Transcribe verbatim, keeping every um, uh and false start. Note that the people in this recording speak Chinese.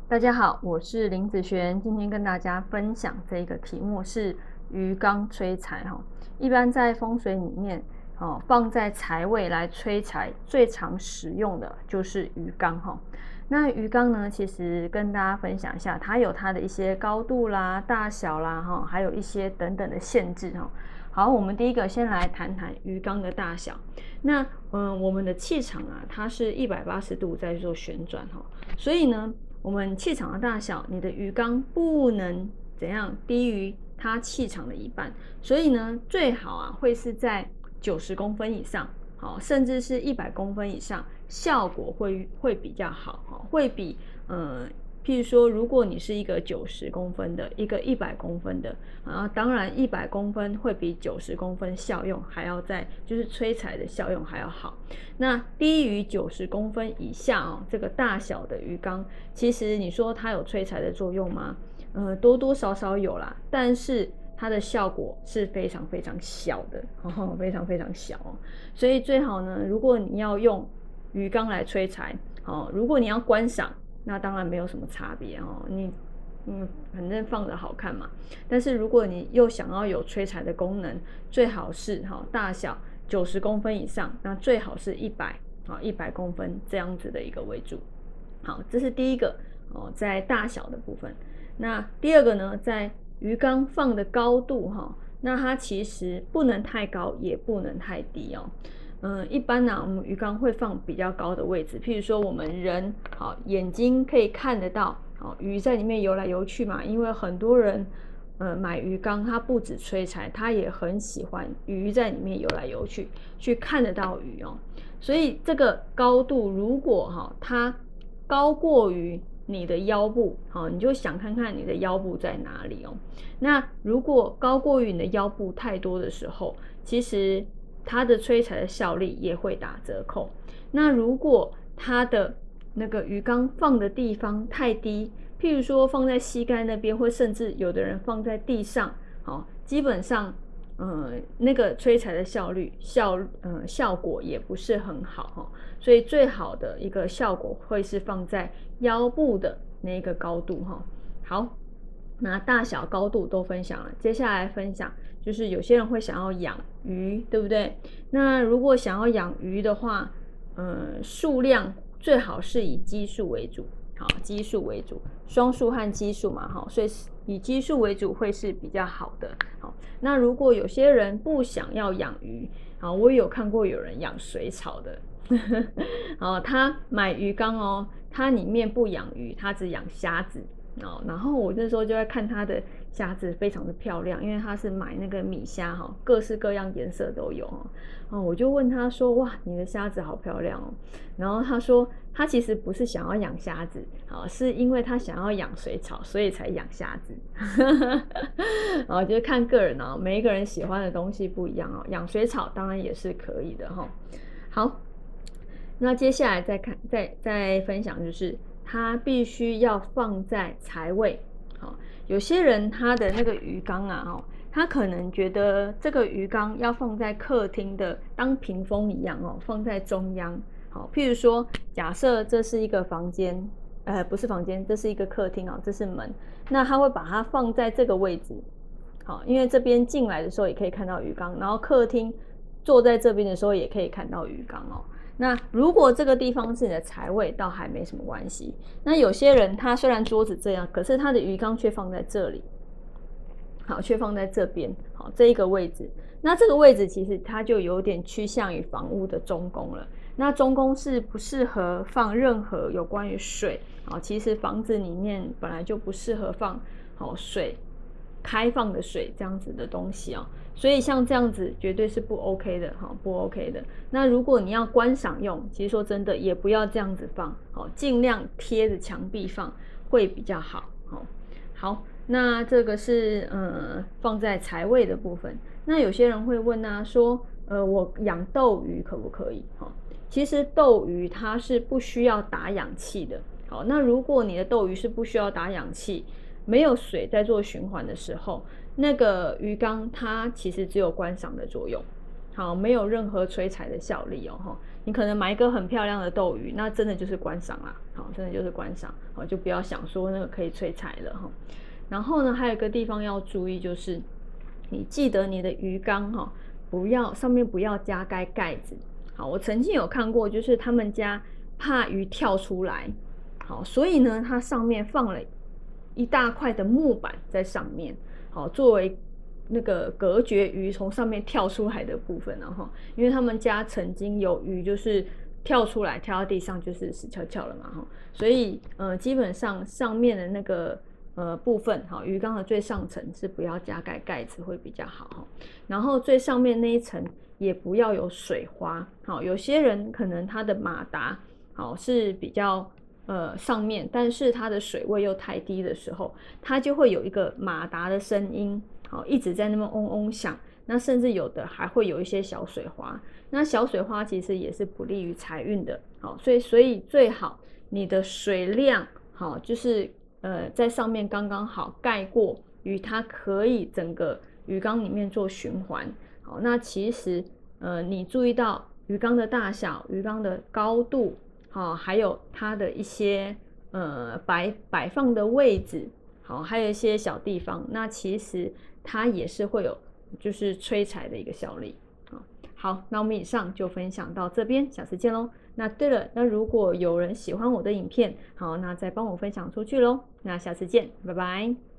大家好，我是林子璇，今天跟大家分享这个题目是鱼缸催财哈。一般在风水里面，哦，放在财位来催财，最常使用的就是鱼缸哈。那鱼缸呢，其实跟大家分享一下，它有它的一些高度啦、大小啦哈，还有一些等等的限制哈。好，我们第一个先来谈谈鱼缸的大小。那嗯，我们的气场啊，它是一百八十度在做旋转哈，所以呢。我们气场的大小，你的鱼缸不能怎样低于它气场的一半，所以呢，最好啊会是在九十公分以上，好，甚至是一百公分以上，效果会会比较好，哈，会比呃，譬如说，如果你是一个九十公分的，一个一百公分的，啊，当然一百公分会比九十公分效用还要在，就是催财的效用还要好。那低于九十公分以下哦，这个大小的鱼缸，其实你说它有催财的作用吗？呃，多多少少有啦，但是它的效果是非常非常小的，哦，非常非常小哦。所以最好呢，如果你要用鱼缸来催财，哦，如果你要观赏，那当然没有什么差别哦，你。嗯，反正放着好看嘛。但是如果你又想要有催财的功能，最好是哈、哦、大小九十公分以上，那最好是一百啊一百公分这样子的一个为主。好，这是第一个哦，在大小的部分。那第二个呢，在鱼缸放的高度哈、哦，那它其实不能太高，也不能太低哦。嗯，一般呢、啊，我们鱼缸会放比较高的位置，譬如说我们人好眼睛可以看得到。哦，鱼在里面游来游去嘛，因为很多人，呃，买鱼缸，他不止催财，他也很喜欢鱼在里面游来游去，去看得到鱼哦。所以这个高度，如果哈、哦，它高过于你的腰部，好、哦，你就想看看你的腰部在哪里哦。那如果高过于你的腰部太多的时候，其实它的催财的效力也会打折扣。那如果它的那个鱼缸放的地方太低，譬如说放在膝盖那边，或甚至有的人放在地上，好，基本上，呃，那个催财的效率效呃效果也不是很好哈，所以最好的一个效果会是放在腰部的那个高度哈。好，那大小高度都分享了，接下来分享就是有些人会想要养鱼，对不对？那如果想要养鱼的话，呃，数量最好是以奇数为主，好，奇数为主，双数和奇数嘛，好，所以以奇数为主会是比较好的。好，那如果有些人不想要养鱼，好，我也有看过有人养水草的，哦，他买鱼缸哦，他里面不养鱼，他只养虾子。哦，然后我那时候就在看他的虾子，非常的漂亮，因为他是买那个米虾哈，各式各样颜色都有哦。哦，我就问他说：“哇，你的虾子好漂亮哦。”然后他说，他其实不是想要养虾子，哦，是因为他想要养水草，所以才养虾子。哦，就是看个人哦，每一个人喜欢的东西不一样哦。养水草当然也是可以的哈、哦。好，那接下来再看，再再分享就是。它必须要放在财位，好，有些人他的那个鱼缸啊，哦，他可能觉得这个鱼缸要放在客厅的当屏风一样哦，放在中央，好，譬如说，假设这是一个房间，呃，不是房间，这是一个客厅哦，这是门，那他会把它放在这个位置，好，因为这边进来的时候也可以看到鱼缸，然后客厅坐在这边的时候也可以看到鱼缸哦。那如果这个地方是你的财位，倒还没什么关系。那有些人他虽然桌子这样，可是他的鱼缸却放在这里，好，却放在这边，好，这一个位置。那这个位置其实它就有点趋向于房屋的中宫了。那中宫是不适合放任何有关于水，好，其实房子里面本来就不适合放好水。开放的水这样子的东西啊、哦，所以像这样子绝对是不 OK 的哈，不 OK 的。那如果你要观赏用，其实说真的也不要这样子放，好，尽量贴着墙壁放会比较好。好，好，那这个是呃放在财位的部分。那有些人会问啊，说呃我养斗鱼可不可以？哈，其实斗鱼它是不需要打氧气的。好，那如果你的斗鱼是不需要打氧气，没有水在做循环的时候，那个鱼缸它其实只有观赏的作用。 好，没有任何催财的效力哦，哈。你可能买一个很漂亮的斗鱼，那真的就是观赏啦，好，真的就是观赏，好，就不要想说那个可以催财了哈。然后呢，还有一个地方要注意，就是你记得你的鱼缸哈，不要上面不要加盖盖子。好，我曾经有看过，就是他们家怕鱼跳出来，好，所以呢，它上面放了一大块的木板在上面，好，作为那个隔绝鱼从上面跳出来的部分了哈，因为他们家曾经有鱼就是跳出来跳到地上就是死翘翘了嘛哈，所以呃基本上上面的那个呃部分哈，鱼缸的最上层是不要加盖盖子会比较好哈，然后最上面那一层也不要有水花，好，有些人可能他的马达好是比较呃上面，但是它的水位又太低的时候，它就会有一个马达的声音。好，一直在那边嗡嗡响，那甚至有的还会有一些小水花，那小水花其实也是不利于财运的。好，所以所以最好你的水量好，就是呃在上面刚刚好盖过鱼，它可以整个鱼缸里面做循环。好，那其实呃你注意到鱼缸的大小、鱼缸的高度，好，还有它的一些呃摆摆放的位置。好，还有一些小地方，那其实它也是会有就是催财的一个效力。好，那我们以上就分享到这边，下次见喽。那对了，那如果有人喜欢我的影片，好，那再帮我分享出去喽。那下次见，拜拜。